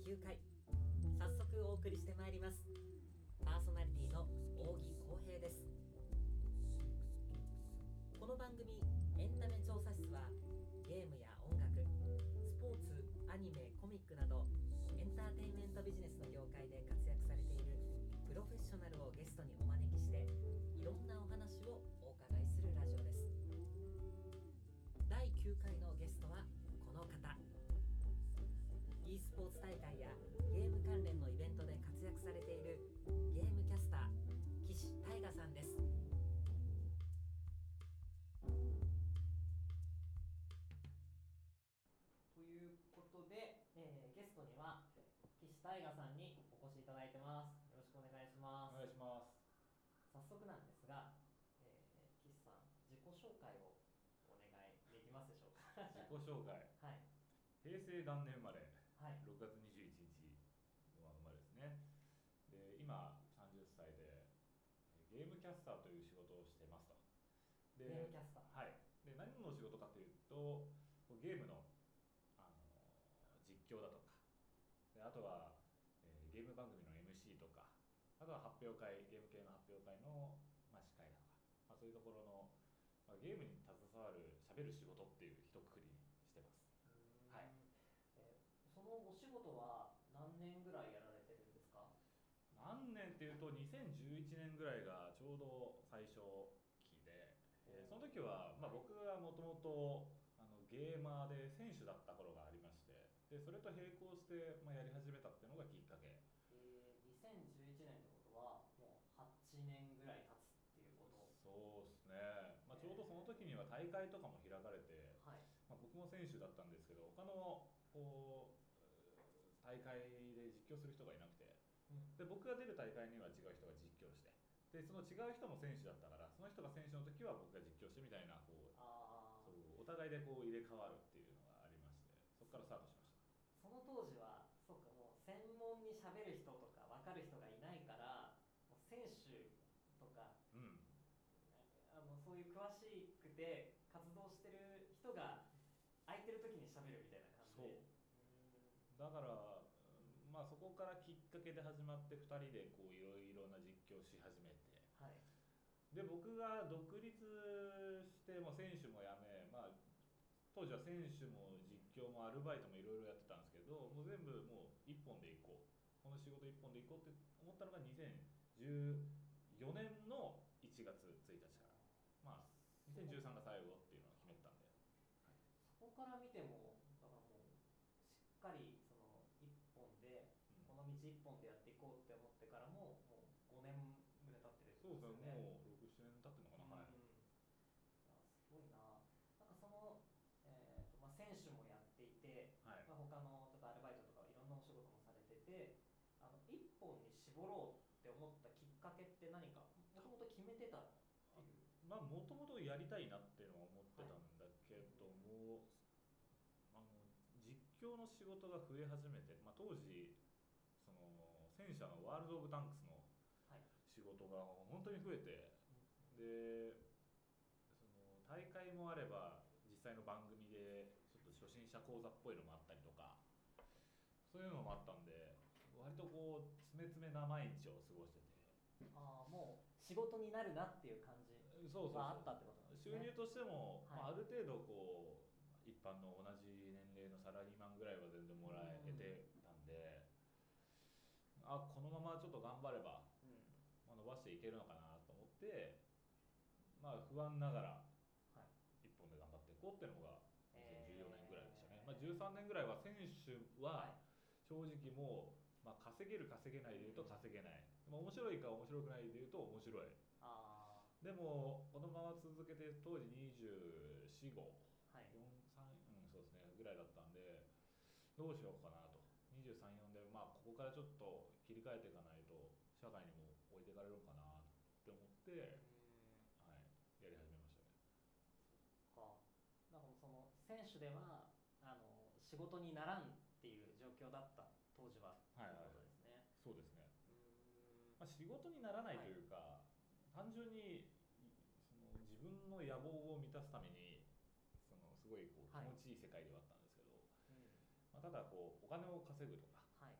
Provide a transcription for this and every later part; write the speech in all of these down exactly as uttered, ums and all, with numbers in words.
きゅうかい、早速お送りしてまいります。パーソナリティの扇浩平です。この番組エンタメ調査室はゲームや音楽、スポーツ、アニメ、コミックなどエンターテインメントビジネスの業界で活躍されているプロフェッショナルをゲストにお招きしていろんなお話をお伺いするラジオです。だいきゅうかいのゲストはこの方。e スポーツ大会やゲーム関連のイベントで活躍されているゲームキャスター岸大我さんです。ということで、えー、ゲストには岸大我さんにお越しいただいてます。よろしくお願いします。 お願いします。 早速なんですが、えー、岸さん自己紹介をお願いできますでしょうか。 自己紹介はい、 平成元年生まれ、 はい、 ろくがつにじゅういちにちの生まれですね。で今さんじゅっさいでゲームキャスターという仕事をしてますと。でゲームキャスター、 はい、で何の仕事かというとゲームの、あの実況だとかで、あとは、えー、ゲーム番組の エムシー とか、あとは発表会、ゲーム系の発表会の、まあ、司会とか、まあ、そういうところの、まあ、ゲームに携わる喋る仕事っていう一括りにしてます。はい、 えー、そのお仕事は何年ぐらいやられてるんですか？ 何年っていうとにせんじゅういちねんぐらいがちょうど最初期で、えー、その時は、まあ、僕がもともとゲーマーで選手だった頃がありまして、でそれと並行して、まあ、やり始めたっていうのがきっかけ。 えー、にせんじゅういちねんってことはもうはちねんぐらい経つっていうこと？ そうですね、まあ、ちょうどその時には大会とかも開かれて、 はい、 まあ、僕も選手だったんですけど他のこう大会で実況する人がいなくて、うん、で僕が出る大会には違う人が実況して、でその違う人も選手だったからその人が選手の時は僕が実況してみたいなこうあそうお互いでこう入れ替わるっていうのがありまして、そこからスタートしました。 その当時はそうか、もう専門に喋る人とか分かる人がいないからもう選手とか、うん、あのそういう詳しくて活動してる人が空いてる時に喋るみたいな感じで。そうだからまあそこからきっかけで始まってふたりでこういろいろな実況をし始めて、はい、で僕が独立してもう選手も辞め、まあ、当時は選手も実況もアルバイトもいろいろやってたんですけど、もう全部もう一本でいこう、この仕事一本でいこうって思ったのがにせんじゅうよねんのいちがつついたちから、まあにせんじゅうさんが最後っていうのを決めたんで、 そこから見てもだからもうしっかりその一本で、うん、この道一本でやっていこうって思ってからももうごねんぐらい経ってるってことですよね。 そうですね、もうろく、ななねん経ってるのかな、うん、はい。いやすごいな。なんかそのえーとまあ、選手もやっていて、はい、まあ、他のちょっとアルバイトとかいろんなお仕事もされてて、あの一本に絞ろうって思ったきっかけって何かもともと決めてたっていう？ まあもともとやりたいなっていうのは思ってたんだけども、はい、あの実況の仕事が増え始めて、まあ、当時その戦車のワールド・オブ・タンクスの仕事が本当に増えて、はい、でその大会もあれば実際の番組でちょっと初心者講座っぽいのもあったりとか、そういうのもあったんで割とこう詰め詰めな毎日を過ごしてて、 ああもう仕事になるなっていう感じはあったってことなんですね。 収入としても、 はい、 まあ、ある程度こう一般の同じ年齢のサラリーマンぐらいは全然もらえてたんで、うん、あこのままちょっと頑張れば、うんまあ、伸ばしていけるのかなと思って、まあ、不安ながら一本で頑張っていこうっていうのがにせんじゅうよねんぐらいでしたね、えーまあ、じゅうさんねんぐらいは選手は正直もう、まあ、稼げる稼げないでいうと稼げない、うん、面白いか面白くないでいうと面白い。あでもこのまま続けて当時にじゅうよん、ご、はい、よん、さん、うん、そうですねぐらいだったんでどうしようかなと、にじゅうさん、よんで、まあ、ここからちょっと切り替えていかないと社会にも置いていかれるかなって思って、うんはい、やり始めましたね。 かなんかその選手ではあの仕事にならんっていう状況だった当時はということですね。はいはい、 そうですね。うーん、まあ、仕事にならないというか、はい、単純にその自分の野望を満たすためにそのすごいこう気持ちいい世界ではあったんですけど、はいうんまあ、ただこうお金を稼ぐとか、はい、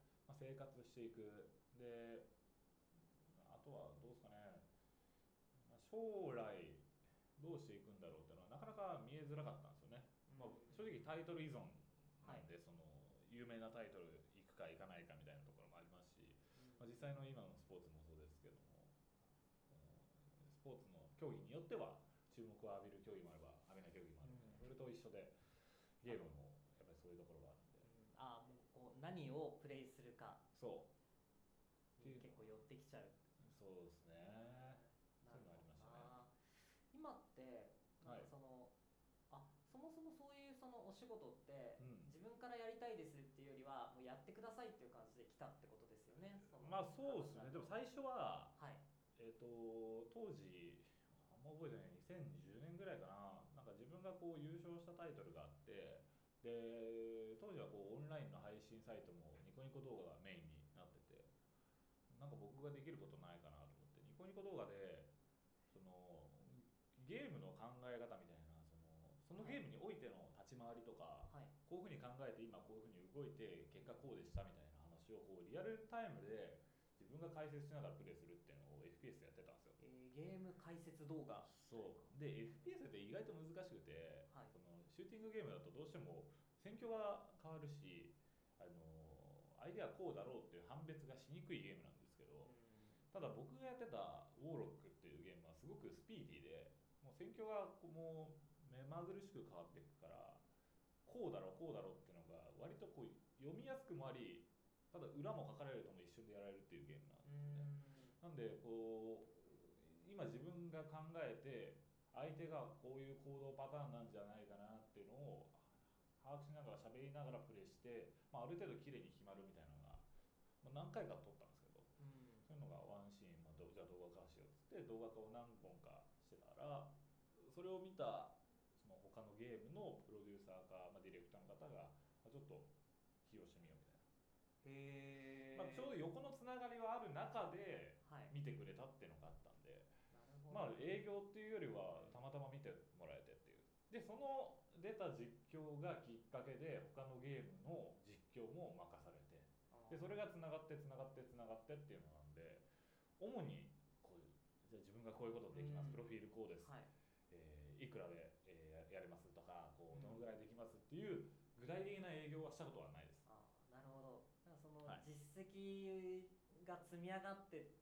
生活していく。であとはどうですかね、まあ、将来どうしていくんだろうっていうのはなかなか見えづらかったんですよね、まあ、正直タイトル依存なんで、はい、その有名なタイトル行くか行かないかみたいなところもありますし、まあ、実際の今のスポーツもそうですけども、スポーツの競技によっては注目を浴びる競技もあれば浴びない競技もあるので、それと一緒でゲームもやっぱりそういうところがあるんで、 うん、あもうこう何をプレイするか、 そう結構寄ってきちゃう。 そうですね、そういうのありましたね。 今ってなんかその、はい、あそもそもそういうそのお仕事って、うん、自分からやりたいですっていうよりはもうやってくださいっていう感じで来たってことですよね。そのまあそうですね。でも最初は、 はい、 えーと当時あんま覚えてないにせんじゅうねんぐらいかな、なんか自分がこう優勝したタイトルがあって、で当時はこうオンラインの配信サイトもニコニコ動画がメインになってて、なんか僕ができることないかなと思ってニコニコ動画でそのゲームの考え方みたいな、そのそのゲームにおいての立ち回りとか、はい、こういうふうに考えて今こういうふうに動いて結果こうでしたみたいな話をこうリアルタイムで自分が解説しながらプレイするっていうのを エフピーエス でやってたんですよ、 えー、ゲーム解説動画。 そうで エフピーエス って意外と難しくて、はい、そのシューティングゲームだとどうしても戦況が変わるし、あの相手はこうだろうっていう判別がしにくいゲームなんですけど、ただ僕がやってたウォーロックっていうゲームはすごくスピーディーで、もう戦況がもう目まぐるしく変わっていくから、こうだろうこうだろうっていうのが割とこう読みやすくもあり、ただ裏も書かれるとも一緒でやられるっていうゲームなんですね。なんでこう今自分が考えて相手がこういう行動パターンなんじゃないかなっていうのを把握しながら喋りながらプレイして、まあ、ある程度綺麗に決まるみたいなのが、まあ、何回か撮ったんですけど、そういうのがワンシーン、まあ、じゃあ動画化しようっつって動画化を何本かしてたら、それを見たその他のゲームのプロデューサーか、まあ、ディレクターの方がちょっと起用してみようみたいな。 へー、 まあ、ちょうど横のつながりはある中で見てくれたっていうのがあったんで、はい、まあ営業っていうよりはたまたま見てもらえてっていう。でその出た実況がきっかけで他のゲームの実況も任されて、でそれがつながってつながってつながってっていうのなんで、主にこういうじゃあ自分がこういうことできます、プロフィールこうです、はい、えー、いくらで、えー、やれますとか、こうどのぐらいできますっていう具体的な営業はしたことはないです。 あ、なるほど。なんかその実績が積み上がってって、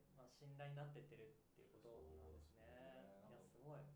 まあ、信頼になってってるっていうことなんですね。いやすごい、うん、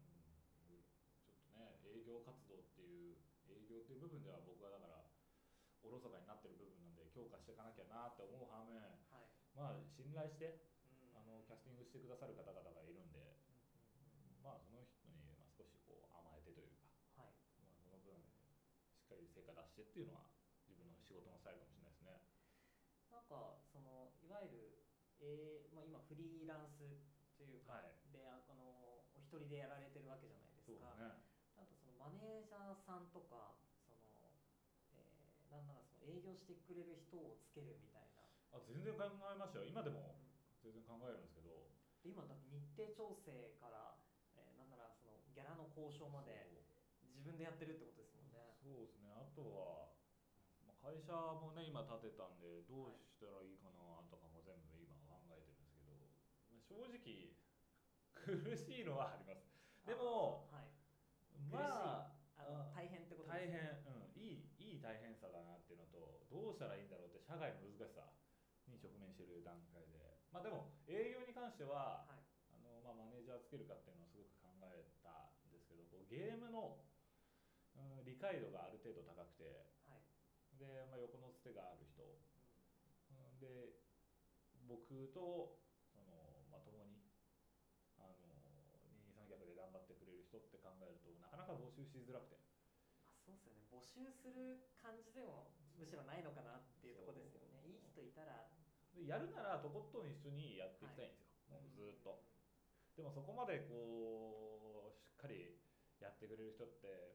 ちょっとね営業活動っていう営業っていう部分では僕はだからおろそかになってる部分なんで強化していかなきゃなって思う反面、はい、まあ信頼して、うん、あのキャスティングしてくださる方々がいるんで、うんうんうん、まあその人に少しこう甘えてというか、はい、まあ、その分しっかり成果出してっていうのは自分の仕事のスタイルかもしれないですね。 なんかそのいわゆる、えーまあ、今フリーランスというか、はい、であのお一人でやられてるわけじゃないですか。そうですね。なんかそのマネージャーさんとかその、えー、なんならその営業してくれる人をつけるみたいな。 あ、全然考えましたよ。今でも全然考えるんですけど、 で今だって日程調整から、えー、なんならそのギャラの交渉まで自分でやってるってことですもんね。 そうですね。あとは会社もね今建てたんでどうしたらいいかなとかも全部今考えてるんですけど、正直苦しいのはあります。でも、はい、まああの大変ってことですね。大変、うん、いいいい大変さだなっていうのと、どうしたらいいんだろうって社会の難しさに直面してる段階で、まあでも営業に関しては、はい、あのまあマネージャーつけるかっていうのをすごく考えたんですけど、こうゲームの、うん、理解度がある程度高くて、はい、で、まあ、横のつてがある人、うん、で僕とその、まあ、共にあの二人三脚で頑張ってくれる人って考えるとなかなか募集しづらくて、 まあ、そうですよね。募集する感じでもむしろないのかなっていうところですよね。いい人いたらやるならとことん一緒にやっていきたいんですよ、はい、もうずっと、うん、でもそこまでこうしっかりやってくれる人って、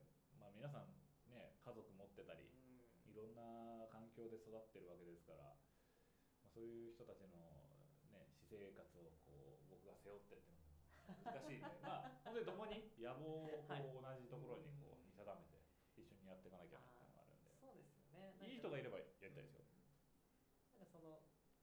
まあ、皆さんね家族持ってたり、うん、いろんな環境で育ってるわけですから、まあ、そういう人たちの、ね、私生活をこう僕が背負ってっていうのも難しいんでまあ本当に共に野望をこう同じところにこう見定めて一緒にやっていかなきゃなっていうのがあるんで、 そうですよね。 いい人がいればやりたいですよ。 なんかその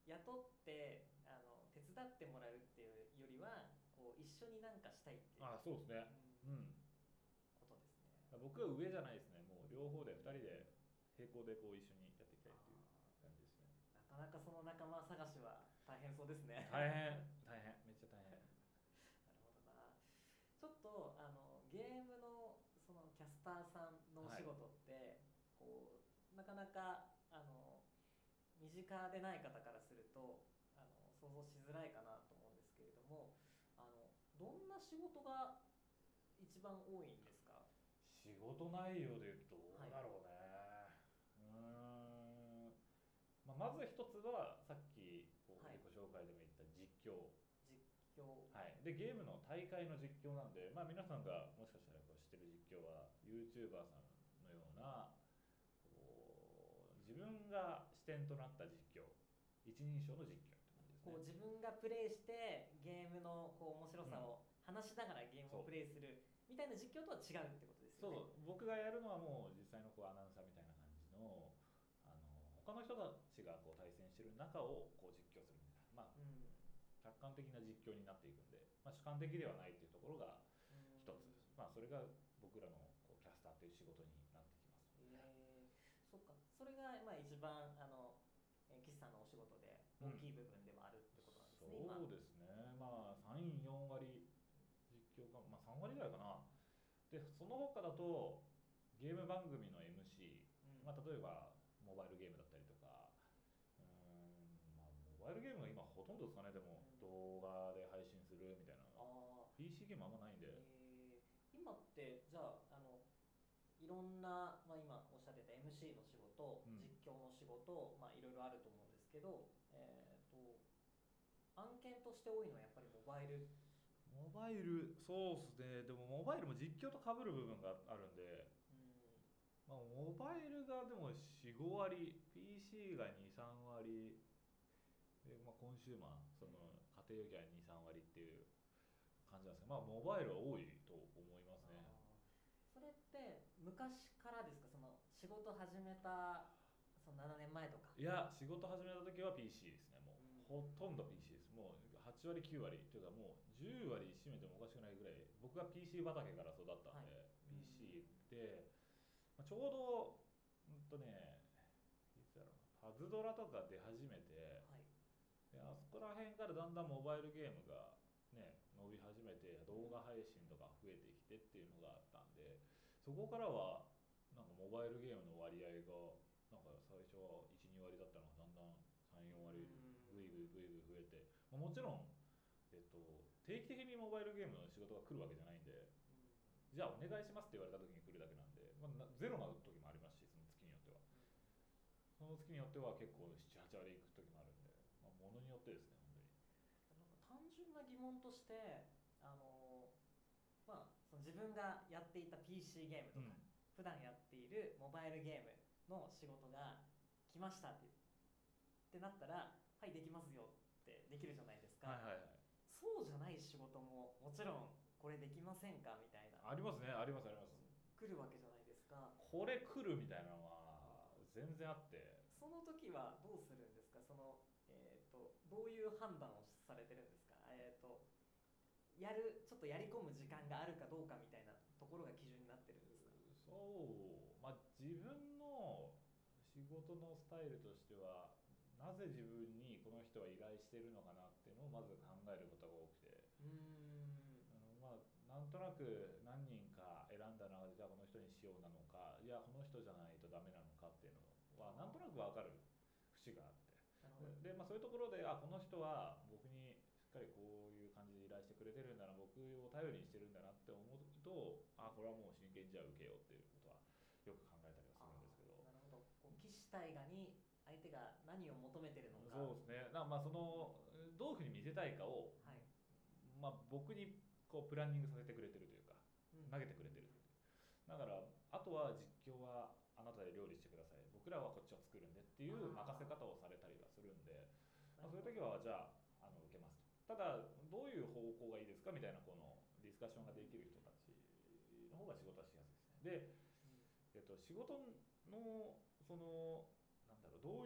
雇ってあの手伝ってもらうっていうよりはこう一緒になんかしたいっていうあ、そうですね。 うんうん。 ことですね。 僕は上じゃないですね。もう両方でふたりで並行でこう一緒にやっていきたいっていう感じですね。 なかなかその仲間探しは大変そうですね。 大変大変めっちゃ大変。 なるほどな。ちょっとあのゲームのそのキャスターさんのお仕事って、はい、こうなかなかあの身近でない方からするとあの想像しづらいかなと思うんですけれども、あのどんな仕事が一番多いんですか？ 仕事内容でいうとどうだろうね、はい、うーん、まあ、まず一つはさっきこう自己紹介でも言った実況、 実況、 はい、でゲームの大会の実況なんで、まあ、皆さんがもしかしたらこう知ってる実況は YouTuber さんのようなこう自分が視点となった実況、一人称の実況って感じですね。 こう自分がプレイしてゲームのこう面白さを話しながらゲームをプレイするみたいな実況とは違うってことですよね。 そうそう、僕がやるのはもう実際のこうアナウンサーみたいな感じの、あの他の人たちがこう対戦してる中をこう実況するみたいな、まあ、うん、客観的な実況になっていくんで、まあ、主観的ではないっていうところが一つ、まあ、それが僕らのこうキャスターという仕事になってきます。 えー、そっか、それがまあ一番あの岸さんのお仕事で大きい部分ではあるってことなんですね、 うん、そうですね、まあさん、よん割実況か、まあ、さん割ぐらいかな。でその他だとゲーム番組の エムシー、うん、まあ、例えばモバイルゲームだったりとか、うーん、まあ、モバイルゲームが今ほとんどですかね。でも、うん、動画で配信するみたいなの ピーシー ゲームあんまないんで、 えー、今ってじゃあ、あのいろんな、まあ、今おっしゃってた エムシー の仕事、うん、実況の仕事、まあ、いろいろあると思うんですけど、えー、と案件として多いのはやっぱりモバイル。 モバイル、そうですね。でもモバイルも実況と被る部分があるんで、うん、まあ、モバイルがでも よん、ご割、 ピーシー がに、さん割で、まあ、コンシューマー、その家庭用機はに、さん割っていう感じなんですけど、まあ、モバイルは多いと思いますね。 それって昔からですか？その仕事始めたそのななねんまえとか。 いや、仕事始めた時は ピーシー ですね。もう、うん、ほとんど ピーシー です。もうはち割きゅう割というか、もうじゅう割占めてもおかしくないぐらい、僕が ピーシー 畑から育ったんで、はい、ピーシー で、まあ、ちょうどうんとねいつだろうな、パズドラとか出始めて、はい、であそこら辺からだんだんモバイルゲームがね伸び始めて、動画配信とか増えてきてっていうのがあったんで、そこからはなんかモバイルゲームの割合がなんか最初はいち、に割だったのがだんだんさん、よん割ぐいぐいぐいぐい増えて、まあ、もちろん、えっと、定期的にモバイルゲームの仕事が来るわけじゃないんで、じゃあお願いしますって言われた時に来るだけなんで、まあ、ゼロな時もありますし、その月によってはその月によっては結構なな、はち割いく時もあるんで、まあ、ものによってですね、 本当に。なんか単純な疑問として、あのまあ、その自分がやっていた ピーシー ゲームとか、うん、普段やっているモバイルゲームの仕事が来ましたって、ってなったら、はいできますよってできるじゃないですか、 はいはいはい、 そうじゃない仕事ももちろんこれできませんかみたいな、 ありますね、ありますあります、 来るわけじゃないですか。 これ来るみたいなのは全然あって、 その時はどうするんですか？その、えー、とどういう判断をされてるんですか？えー、とやるちょっとやり込む時間があるかどうかみたいなところが基準になってるんですか？ そう、まあ、自分の仕事のスタイルとしては、なぜ自分にこの人は依頼してるのかなっていうのをまず考えることが多くて、うーん、あのまあなんとなく何人か選んだ中で、じゃあこの人にしようなのか、いやこの人じゃないとダメなのかっていうのはなんとなく分かる節があって、で、まあ、そういうところで、あこの人は僕にしっかりこういう感じで依頼してくれてるんだな、僕を頼りにしてるんだなって思うと、あこれはもう真剣にじゃあ受けようっていうことはよく考えたりはするんですけど。 なるほど。こう棋士対がに相手が何を求めてるのか。 そうですね。だからまあそのどういうふうに見せたいかを、はい、まあ、僕にこうプランニングさせてくれてるというか、うん、投げてくれてる。だからあとは実況はあなたで料理してください、僕らはこっちを作るんでっていう任せ方をされたりはするんで、まあ、そういう時はじゃあ、あの受けますと。ただどういう方向がいいですかみたいなこのディスカッションができる人たちの方が仕事はしやすいですね。で、えっと、仕事のそのなんだろう、どういう仕事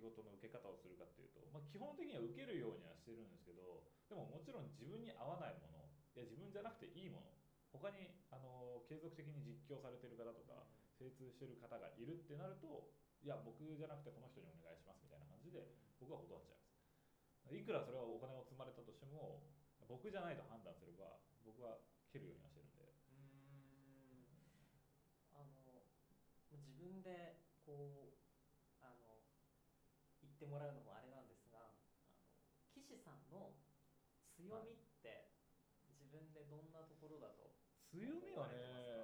事の受け方をするかっていうと、まあ、基本的には受けるようにはしてるんですけど、でももちろん自分に合わないもの、いや自分じゃなくていいもの、他にあの継続的に実況されてる方とか精通してる方がいるってなると、いや僕じゃなくてこの人にお願いしますみたいな感じで僕は断っちゃいます。いくらそれはお金を積まれたとしても、僕じゃないと判断すれば僕は蹴るようにはしてるんで。うーん、あの自分でこうあの言ってもらうのもあれなんですが、あの岸さんの強みって自分でどんなところだと思われてますか？強みはね、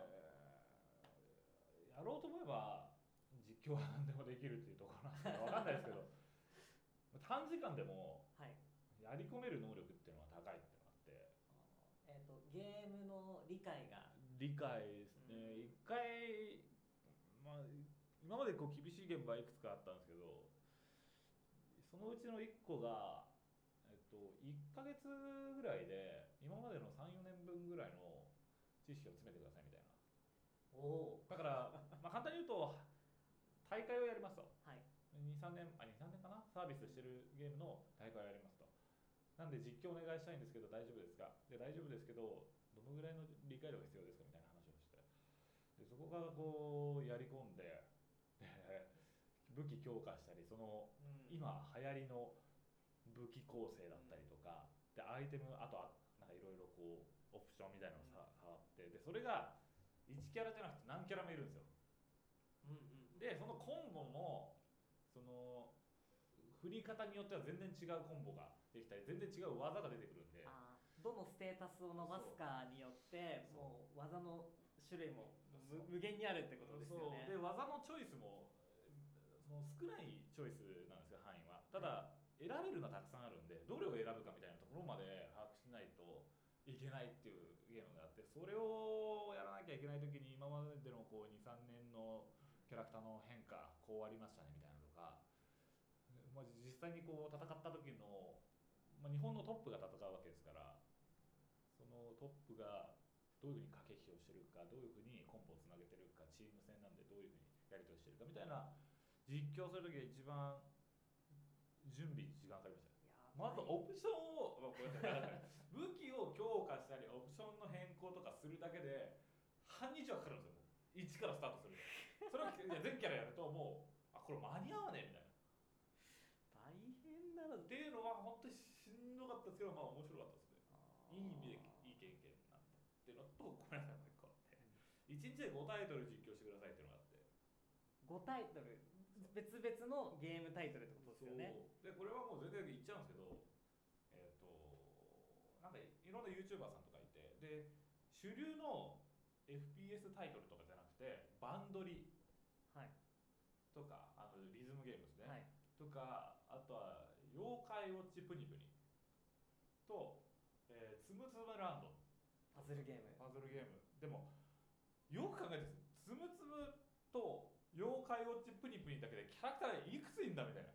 やろうと思えば実況は何でもできるっていうところなんですけど、分かんないですけど短時間でもやり込める能力っていうのは高いっていうのがあって、 えーと、ゲームの理解が理解ですね。一、うん、回、まあ、今までこう厳しい現場はいくつかあったんですけど、そのうちのいっこが、えっと、いっかげつぐらいで今までのさん、よねんぶんぐらいの知識を詰めてくださいみたいな。おだから、まあ、簡単に言うと大会をやりますと、はい、にさんねんあにさんねんかな、サービスしてるゲームの大会をやりますと。なんで実況お願いしたいんですけど大丈夫ですか、で大丈夫ですけどどのぐらいの理解度が必要ですかみたいな話をして、でそこがこうやり込んで、で武器強化したり、その、うん、今流行りの武器構成だったりとか、うん、でアイテム、あとはなんかいろいろこうオプションみたいなのをさ、うん、触って、でそれがいちキャラじゃなくて何キャラもいるんですよ、うんうん、でそのコンボもその振り方によっては全然違うコンボができたり、全然違う技が出てくるんで、 あどのステータスを伸ばすかによってもう技の種類も無限にあるってことですよね。 そうで技のチョイスもその少ないチョイスなんですよ、範囲は。ただ、選べるのはたくさんあるんで、どれを選ぶかみたいなところまで把握しないといけないっていうゲームがあって、それをやらなきゃいけない時に今までのこうにさんねんのキャラクターの変化こうありましたねみたいなのとか、まあ、実際にこう戦った時の、まあ、日本のトップが戦うわけですから、そのトップがどういうふうに駆け引きをしてるか、どういうふうにコンボをつなげてるか、チーム戦なんでどういうふうにやり取りしてるかみたいな実況する時が一番準備に時間かかりました。まずオプションを、まあ、こうやって武器を強化したりオプションの変更とかするだけで半日はかかるんですよ。いちからスタートするそれをいや全キャラやるともうあこれ間に合わねえみたいな、 大変だなっていうのは本当にしんどかったですけど、まあ面白かったですね。いい意味でいい経験になったっていうのと、ごめんなさいもう一個あって、いちにちでごタイトル実況してくださいっていうのがあって、 ごタイトル別々のゲームタイトルってことですよね。 でこれはもう全然言っちゃうんですけど、えっ、ー、となんかいろんな YouTuber さんとかいて、で主流の エフピーエス タイトルとかじゃなくてバンドリとか、はい、あのリズムゲームですね、はい、とか、あとは妖怪ウォッチプニプニと、えー、つむつむランド、 パズルゲームパズルゲームでもよく考えてつむつむと妖怪ウォッチプニプニだけでキャラクターいくついんだみたいな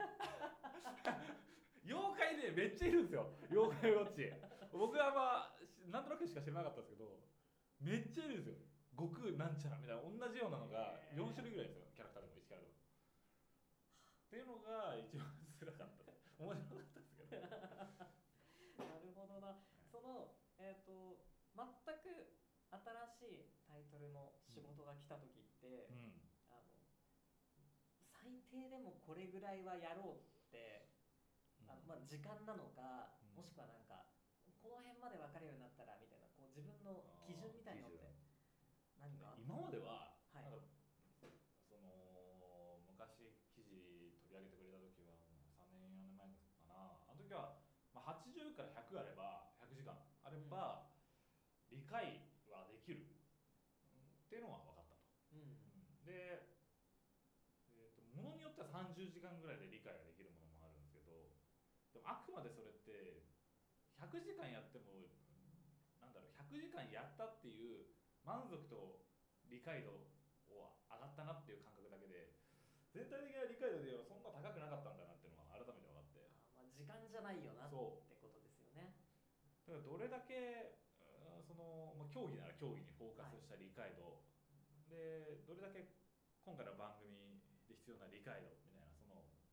妖怪ねめっちゃいるんですよ、妖怪ウォッチ僕はまあなんとなくしか知らなかったんですけど、めっちゃいるんですよ。悟空なんちゃらみたいな同じようなのがよん種類ぐらいですよ、キャラクターでもいちキャラでもっていうのが一番辛かった面白かったですけどなるほどな。そのえっ、ー、と全く新しいタイトルの仕事が来た時って、うん、あの最低でもこれぐらいはやろうって、うん、あのまあ、時間なのか、うん、もしくはなんかこの辺まで分かるようになったらみたいなこう自分の基準みたいなのって何か今までは、はい、なんかその昔記事取り上げてくれた時はもうさんねんよねんまえかな、あの時は、まあ、はちじゅうからひゃくあればひゃくじかんあれば、うん、理解はできるっていうのは分かったと、うん、で、えーと、ものによってはさんじゅうじかんぐらいで理解ができるものもあるんですけど、でもあくまでそれってひゃくじかんやってもなんだろうひゃくじかんやったっていう満足と理解度を上がったなっていう感覚だけで、全体的な理解度ではそんな高くなかったんだなっていうのが改めて分かって、 あ、まあ、時間じゃないよなってことですよね。 だからどれだけその、まあ、競技なら競技にフォーカスした理解度、はい、でどれだけ今回の番組で必要な理解度みたいなその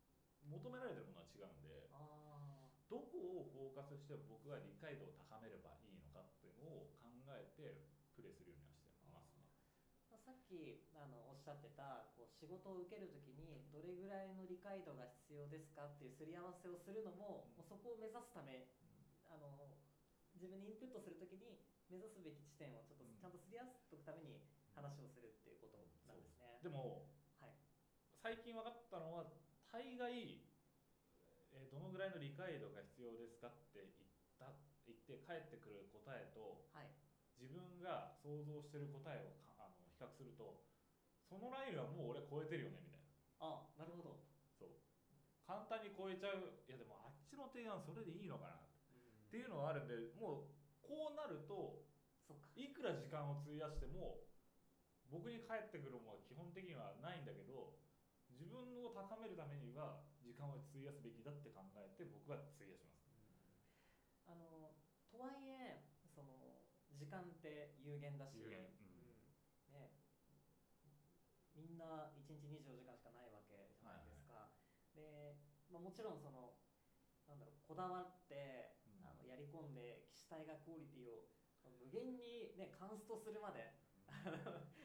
求められてるものは違うんで、 あどこをフォーカスして僕が理解度を高めればいいのかっていうのを考えてプレイするようにはしてますね。 さっきあのおっしゃってたこう仕事を受けるときにどれぐらいの理解度が必要ですかっていうすり合わせをするのも、 うん、 もうそこを目指すため、 うん、 あの自分にインプットするときに目指すべき地点をちょっとちゃんとすり合わせておくために話をするっていうことなんですね。 でも、 はい、 最近分かったのは大概、えーどのぐらいの理解度が必要ですかって言った言って返ってくる答えと、 はい、 自分が想像してる答えをかあの比較すると、そのラインはもう俺超えてるよねみたいな。 あ、なるほど。 そう簡単に超えちゃう。いやでもあっちの提案それでいいのかなっていうのはあるんで、もうこうなるとそうか、 いくら時間を費やしても僕に返ってくるものは基本的にはないんだけど、自分を高めるためには時間を費やすべきだって考えて僕は費やします。 あのとはいえその時間って有限だし、 有限、うんうんね、みんないちにちにじゅうよじかんしかないわけじゃないですか。はいはい、で、まあ、もちろんそのなんだろうこだわって、うん、あのやり込んで機種体がクオリティを無限に、ね、カンストするまで、うん、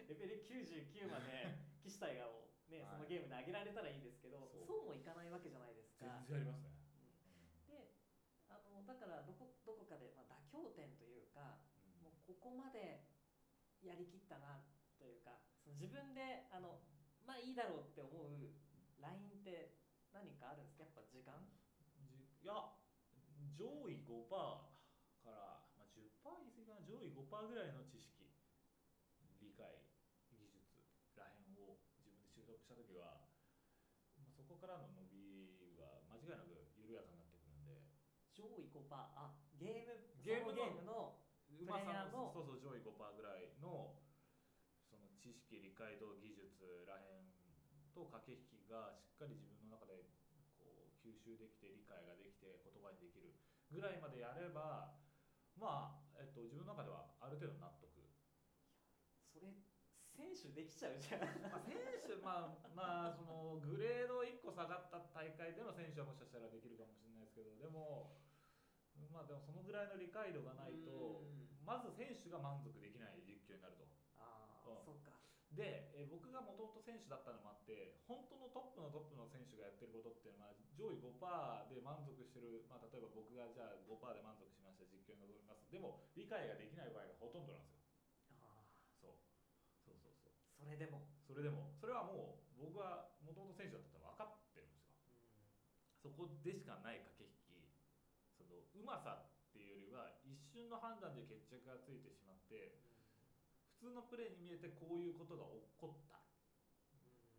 レベルきゅうじゅうきゅうまで機種体がを、ね、そのゲームで上げられたらいいですけど、はい、そう、そうもいかないわけじゃないですか。 全然ありますね。 うん、であのだからどこ、どこかで、まあ、妥協点というか、うん、もうここまでやりきったなというか、その自分であのまあいいだろうって思うラインって何かあるんですか？やっぱ時間？ じいや上位 ごパーセント から、まあ、じゅっパーセント 言い過ぎかな、上位 ごパーセント ぐらいの知識、理解、技術らへんを自分で習得した時は、まあ、そこからの伸びは間違いなく緩やかになってくるんで。 上位 ごパーセント、あ、ゲームゲームのゲームのうまさの、そうそう上位 ごパーセント ぐらいのその知識、理解度、技術らへんと駆け引きがしっかり自分の中でこう吸収できて、理解ができて、言葉にできるぐらいまでやれば、まあ、えっと、自分の中ではある程度納得。いやそれ選手できちゃうじゃん。 まあ選手、まあまあそのグレードいっこ下がった大会での選手はもしかしたらできるかもしれないですけど、でもまあでもそのぐらいの理解度がないと、まず選手が満足できない実況になると。 ああ、うん、そうか。 でえ僕がもともと選手だったのもあって、本当のトップのトップの選手がやってることっていうのは上位 ごパーセント で満足してる、まあ、例えば僕がじゃあ ごパーセント で満足しました、実況に臨みます、でも理解ができない場合がほとんどなんですよ。 ああ、 そうそうそうそう。 それでもそれでもそれはもう僕はもともと選手だったら分かってるんですよ。うん、そこでしかない駆け引き、そのうまさっていうよりは一瞬の判断で決着がついてしまって、うん、普通のプレーに見えてこういうことが起こった、うん、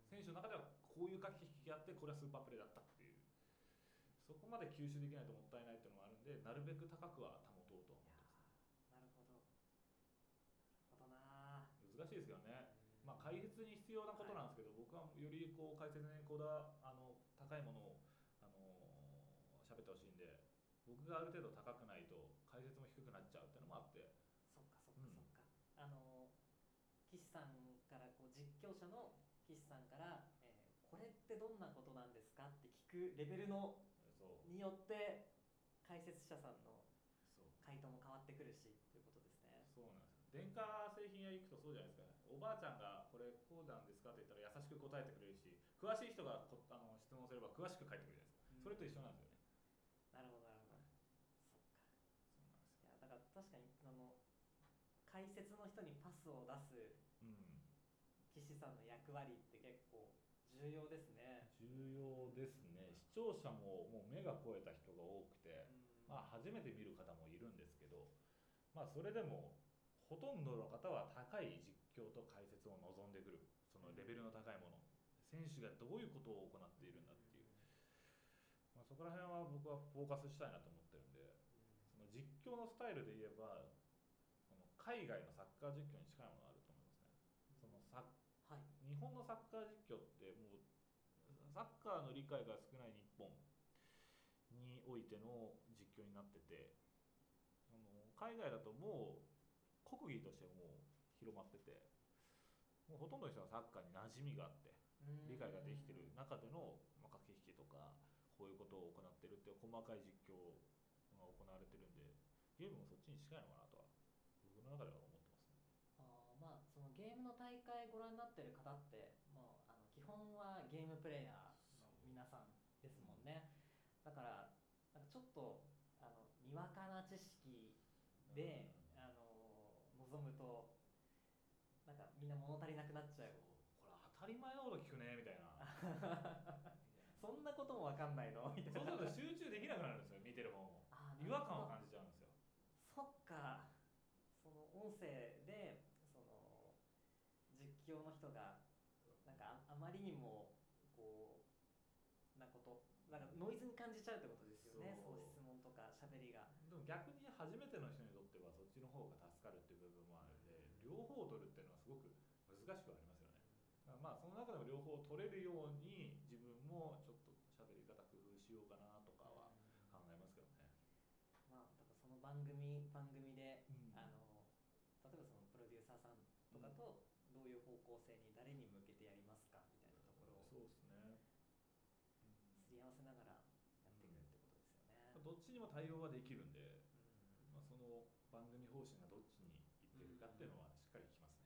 選手の中ではこういう駆け引きがあって、これはスーパープレーだったっていう、そこまで吸収できないともったいないっていうのもあるんで、なるべく高くは保とうと思ってますね。 なるほど、なるほどな。 難しいですけどね。まあ、解説に必要なことなんですけど、はい、僕はよりこう解説にこだあの高いものをあの喋ってほしいんで、僕がある程度高くないと解説も低くなっちゃうっていうのもあって。 そっかそっかそっか、うん、あの岸さんからこう実況者の岸さんから、えー、これってどんなことなんですかって聞くレベルのによって解説者さんの回答も変わってくるしということですね。 そうなんですよ。電化製品屋行くとそうじゃないですか。おばあちゃんがこれこうなんですかって言ったら優しく答えてくれるし、詳しい人がこあの質問すれば詳しく書いてくれるじゃないですか、うん、それと一緒なんですよね。 なるほどなるほど、はい、そっか。そうなんですよ。いやだから確かにあの解説の人にパスを出す岸さんの役割って結構重要ですね。 重要ですね。視聴者ももう目が肥えた人が多くて、うん、まあ初めて見る方もいるんですけど、まあそれでもほとんどの方は高い実況と解説を望んでくる、そのレベルの高いもの、選手がどういうことを行っているんだっていう、まあ、そこら辺は僕はフォーカスしたいなと思ってるんで、その実況のスタイルで言えばこの海外のサッカー実況に近いものがあると思いますね。そのサはい、日本のサッカー実況ってもうサッカーの理解が少ない日本においての実況になってて、あの海外だともう国技としてもう広まってて、もうほとんどの人がサッカーに馴染みがあって理解ができてる中での駆け引きとかこういうことを行ってるっていう細かい実況が行われてるんで、ゲームもそっちに近いのかなとは僕の中では思ってますね。 あまあそのゲームの大会ご覧になってる方ってもうあの基本はゲームプレイヤーの皆さんですもんね。だからなんかちょっとあのにわかな知識で、うん、あの望むとなんかみんな物足りなくなっちゃう。 これ当たり前のこと聞くねみたいなそんなことも分かんないのみたいな。 そうすると集中できなくなるんですよ、見てる方も。違和感を感じちゃうんですよ。 そっか、その音声でその実況の人がなんか あ, あまりにもこうなことなんかノイズに感じちゃうってことですよね。そう、質問とか喋りが。 でも逆に初めての人にとってはそっちの方が助かるっていう部分もあるんで、両方を取るっていうのはすごく難しくありますよね。まあその中でも両方取れるように自分もちょっと喋り方工夫しようかなとかは考えますけどね。 まあだからその番組番組で、 うん、 あの例えばそのプロデューサーさんとかとどういう方向性に誰に向けてやりますかみたいなところを、 そうですね、 すり合わせながらやっていくってことですよね。 うん、どっちにも対応はできるんで、うん、まあ、その番組方針がどっちにいってるかっていうのはしっかり聞きますね。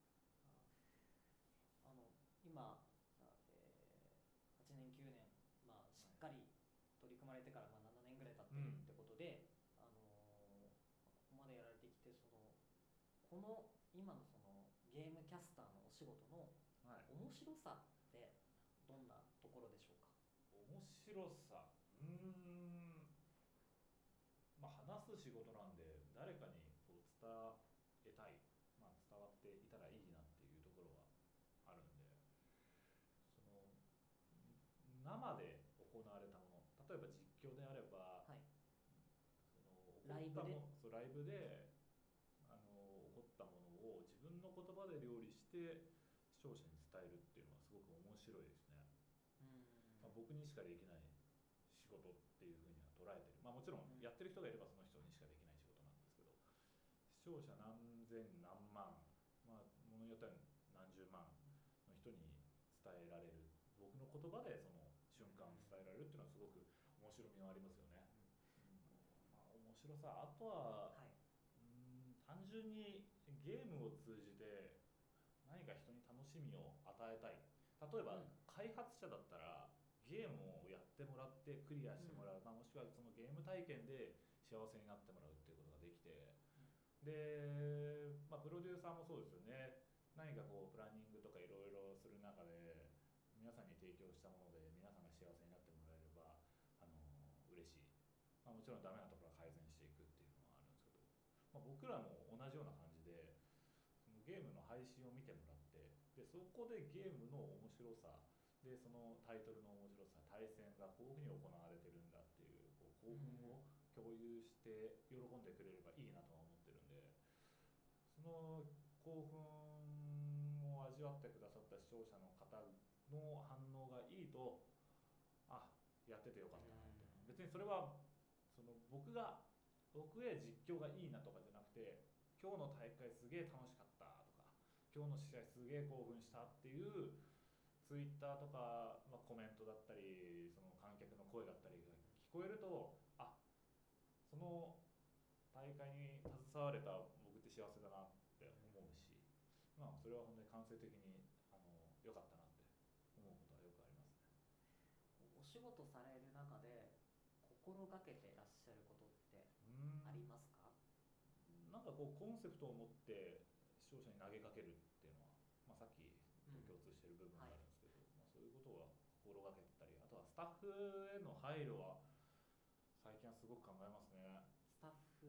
あの今、えー、はちねんきゅうねん、まあ、しっかり取り組まれてからまあななねんぐらい経ってるってことで、うん、あのここまでやられてきて、そのこの今のそのゲームキャスターのお仕事の面白さってどんなところでしょうか。 面白さ、うーん、まあ、話す仕事なんで誰かにこう伝えたい、まあ、伝わっていたらいいなっていうところはあるんで、その生で行われたもの、例えば実況であれば、 はい、 そのライブでそうライブであの起こったものを自分の言葉で料理して視聴者に伝えるっていうのはすごく面白いですね。うん、まあ、僕にしかできない仕事っていうふうには捉えてる、まあ、もちろんやってる人がいればその人にしかできない仕事なんですけど、視聴者何千何万、まあ、ものによっては何十万の人に伝えられる、僕の言葉でその瞬間を伝えられるっていうのはすごく面白みがありますよね。うん、まあ、面白さ、あとは、はい、うーん、単純にゲームを通じて何か人に楽しみを与えたい。例えば、うん、開発者だったらゲームをやってもらってクリアしてもらう、うん、まあ、もしくはそのゲーム体験で幸せになってもらうっていうことができて、うん、で、まあ、プロデューサーもそうですよね。何かこうプランニングとかいろいろする中で皆さんに提供したもので皆さんが幸せになってもらえればあの嬉しい、まあ、もちろんダメなところは改善していくっていうのはあるんですけど、まあ、僕らも同じような感じでそのゲームの配信を見てもらって、でそこでゲームの面白さで、そのタイトルの面白さ、対戦がこういうふうに行われてるんだっていう、こう興奮を共有して喜んでくれればいいなとは思ってるんで、その興奮を味わってくださった視聴者の方の反応がいいと、あ、やっててよかったなっていうのは、別にそれはその僕が僕へ実況がいいなとかじゃなくて、今日の大会すげえ楽しかったとか、今日の試合すげえ興奮したっていうツイッターとか、まあ、コメントだったりその観客の声だったりが聞こえると、あ、その大会に携われた僕って幸せだなって思うし、まあ、それは本当に感性的にあの良かったなって思うことはよくありますね。 お仕事される中で心がけていらっしゃることってありますか？ なんかこうコンセプトを持って視聴者に投げかけるっていうのは、まあ、さっきと共通している部分があるんですけど、うん、はい、まあ、そういうことは心がけてたり、あとはスタッフへの配慮は最近はすごく考えますね。 スタッフ、うん、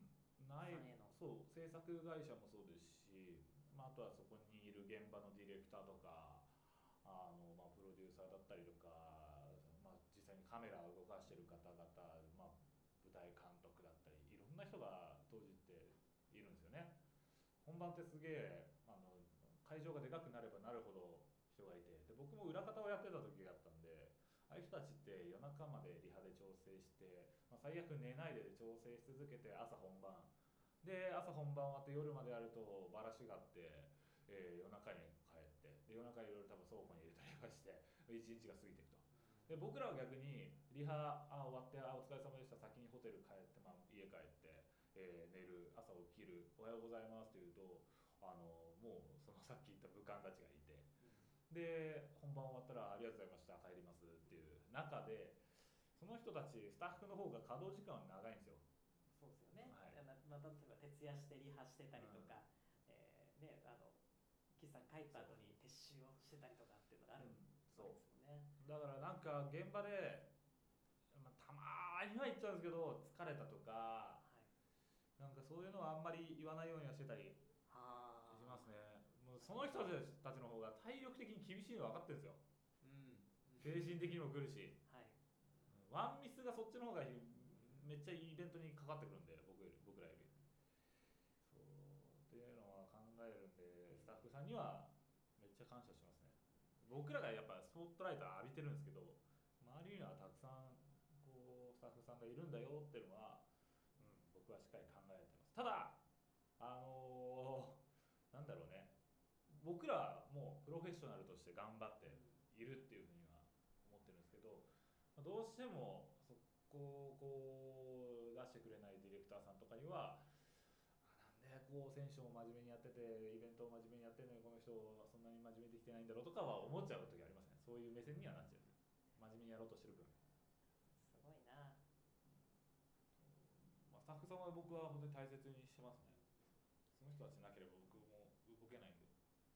ないそう制作会社もそうですし、まあ、あとはそこにいる現場のディレクターとかあの、まあ、プロデューサーだったりとか、まあ、実際にカメラを動かしている方々、まあ、舞台監督だったりいろんな人が当時っているんですよね。本番ってすげえあの会場がでかくなればなるほど人がいて、で僕も裏方をやってた時があったんで、ああいう人たちって夜中までリハで調整して、まあ、最悪寝ないで調整し続けて朝本番で、朝本番終わって夜までやるとバラシがあって、えー、夜中に帰って、で夜中いろいろ多分倉庫に入れたりとかして一日が過ぎていくと。 で僕らは逆にリハあ終わってあお疲れ様でした先にホテル帰って、まあ、家帰って、えー寝る朝起きるおはようございますって言うとあのもうそのさっき言った武漢たちがいて、で本番終わったらありがとうございました帰りますっていう中でその人たちスタッフの方が稼働時間は長いんですよ。 そうですよね、 はい、 まあ、例えば徹夜してリハしてたりとか、うんえーね、あの岸さん帰った後に撤収をしてたりとかっていうのがあるんですもんね、 うん、だからなんか現場で、まあ、たまには言っちゃうんですけど疲れたとか、はい、なんかそういうのはあんまり言わないようにはしてたりしますね。もうその人たちの方が体力的に厳しいの分かってるんですよ、うん、精神的にも来るし、はい、ワンミスがそっちの方がめっちゃイベントにかかってくるんで僕より僕らよりそうっていうのは考えるんでスタッフさんにはめっちゃ感謝しますね。僕らがやっぱスポットライト浴びてるんですけど周りにはたくさんこうスタッフさんがいるんだよっていうのは、うん、僕はしっかり考えてます。ただあのー、なんだろうね僕らはもうプロフェッショナルとして頑張っているっていうふうには思ってるんですけどどうしてもそこをこう出してくれないディレクターさんとかにはなんでこう選手も真面目にやっててイベントを真面目にやってるのにこの人はそんなに真面目にできてないんだろうとかは思っちゃう時ありますね。そういう目線にはなっちゃう真面目にやろうとしてる分すごいな、 まあ、スタッフさんは僕は本当に大切にしてますね。その人たちなければ僕も動けないんで。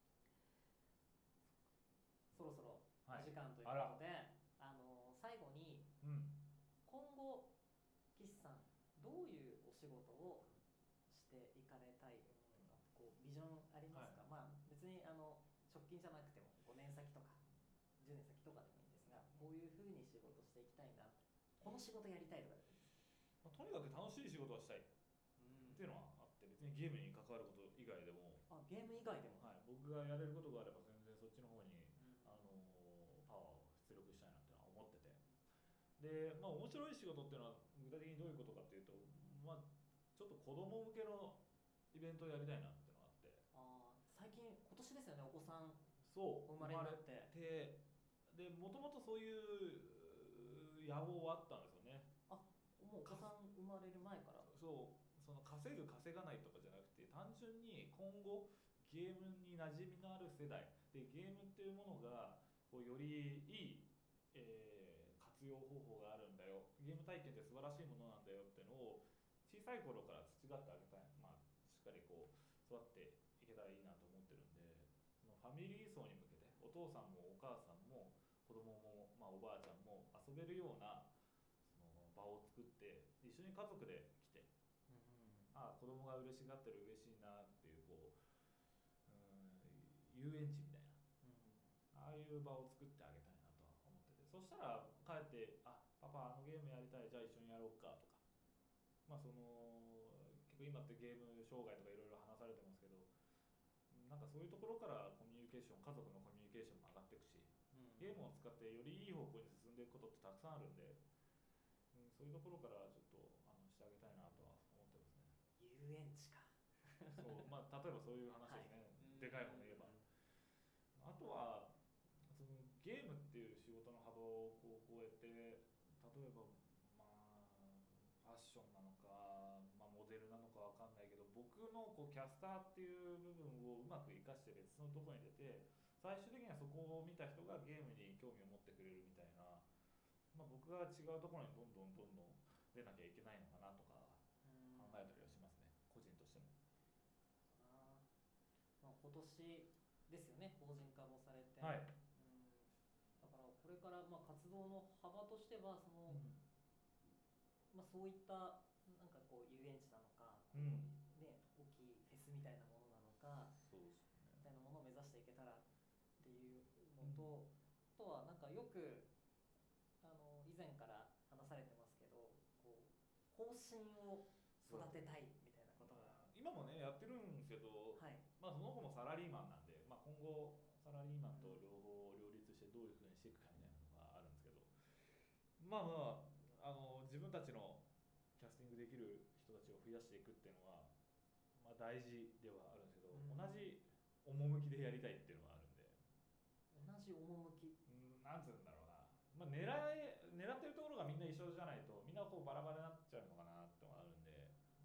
そろそろお時間ということで、はい、あの最後に、うん、今後岸さんどういうお仕事をしていかれたいとかこうビジョンありますか、はい、まあ別にあの直近じゃなくてもごねん先とかじゅうねん先とかでもいいんですがこういうふうに仕事していきたいなこの仕事やりたいとかでもいいです、 まあ、とにかく楽しい仕事をしたいっていうのはあって別にゲームに関わること以外でもあゲーム以外でも、 はい、僕がやれることがあれば全然そっちの方に、うん、あのパワーを出力したいなっていうのは思っててで、まあ、面白い仕事っていうのは具体的にどういうことかっていうと、まあ、ちょっと子供向けのイベントをやりたいなっていうのがあってあ最近今年ですよねお子さんそう生まれになってでもともとそういう野望はあったんですよね。 あもうお子さん生まれる前からそうその稼ぐ稼がないとかじゃなくて単純に今後ゲームに馴染みのある世代でゲームっていうものがこうよりいい、えー、活用方法があるんだよゲーム体験って素晴らしいものなんだよっていうのを小さい頃から培ってあげたい、まあ、しっかりこう育っていけたらいいなと思ってるんでそのファミリー層に向けてお父さんもお母さんも子供も、まあ、おばあちゃんも遊べるようなその場を作って一緒に家族で来て、うんうん、ああ子供が嬉しがってる嬉しいなっていうこう、うん、遊園地みたいな、うん、ああいう場を作ってあげたいなとは思っててそしたら帰ってあパパあのゲームやりたいじゃあ一緒にやろうかとかまあその結構今ってゲーム障害とかいろいろ話されてますけどなんかそういうところからコミュニケーション家族のコミュニケーションも上がっていくし、うん、ゲームを使ってよりいい方向に進んでいくことってたくさんあるんで、うん、そういうところからちょっとあのしてあげたいなとは思ってますね。 遊園地かそうまあ例えばそういう話ですね、はい、でかいもの言えば、うん、あとはそのゲームっていう仕事の幅をこう超えて例えばファッションなのか、まあ、モデルなのかわかんないけど僕のこうキャスターっていう部分をうまく生かして別のところに出て最終的にはそこを見た人がゲームに興味を持ってくれるみたいな、まあ、僕が違うところにどんどんどんどん出なきゃいけないのかなとか考えたりはしますね個人としても。 あ、まあ、今年ですよね法人化もされて、 はい、うんだからこれからまあ活動の幅としてはその、うんまあ、そういったなんかこう遊園地なのか、うんね、大きいフェスみたいなものなのかそうです、ね、みたいなものを目指していけたらっていうのと、うん、あとはなんかよくあの以前から話されてますけどこう方針を育てたいみたいなことが、 まあ、今もねやってるんですけど、はいまあ、その子もサラリーマンなんで、まあ、今後サラリーマンと両方両立してどういうふうにしていくかみたいなのがあるんですけどまあまああの自分たちのキャスティングできる人たちを増やしていくっていうのは、まあ、大事ではあるんですけど、うん、同じ趣でやりたいっていうのがあるんで同じ趣うんなんつうんだろうな、まあ、狙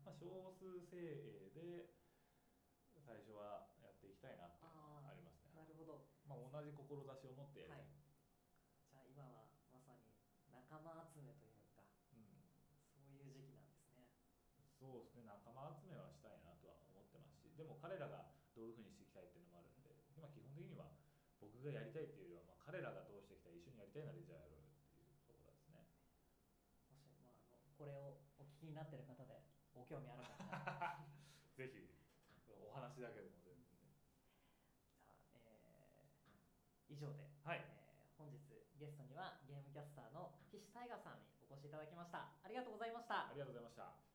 まあ、少数精鋭で最初はやっていきたいなっていうのがありますね。 なるほど、 まあ、同じ志を持ってやりたい、 はい、じゃあ今はまさに仲間集めというか、うん、そういう時期なんですね。 そうですね、仲間集めはしたいなとは思ってますし、でも彼らがどういうふうにしていきたいっていうのもあるんで、今基本的には僕がやりたいっていうよりは、まあ、彼らがどうしてきたら一緒にやりたいならじゃあやろうよっていうところですね。 もし、まあ、あのこれをお聞きになっている方でご興味ある方はぜひお話だけでも全然ね。 じゃあ、えー、以上で、 はい、 えー、本日ゲストにはゲームキャスターの岸大我さんにお越しいただきました。ありがとうございました。 ありがとうございました。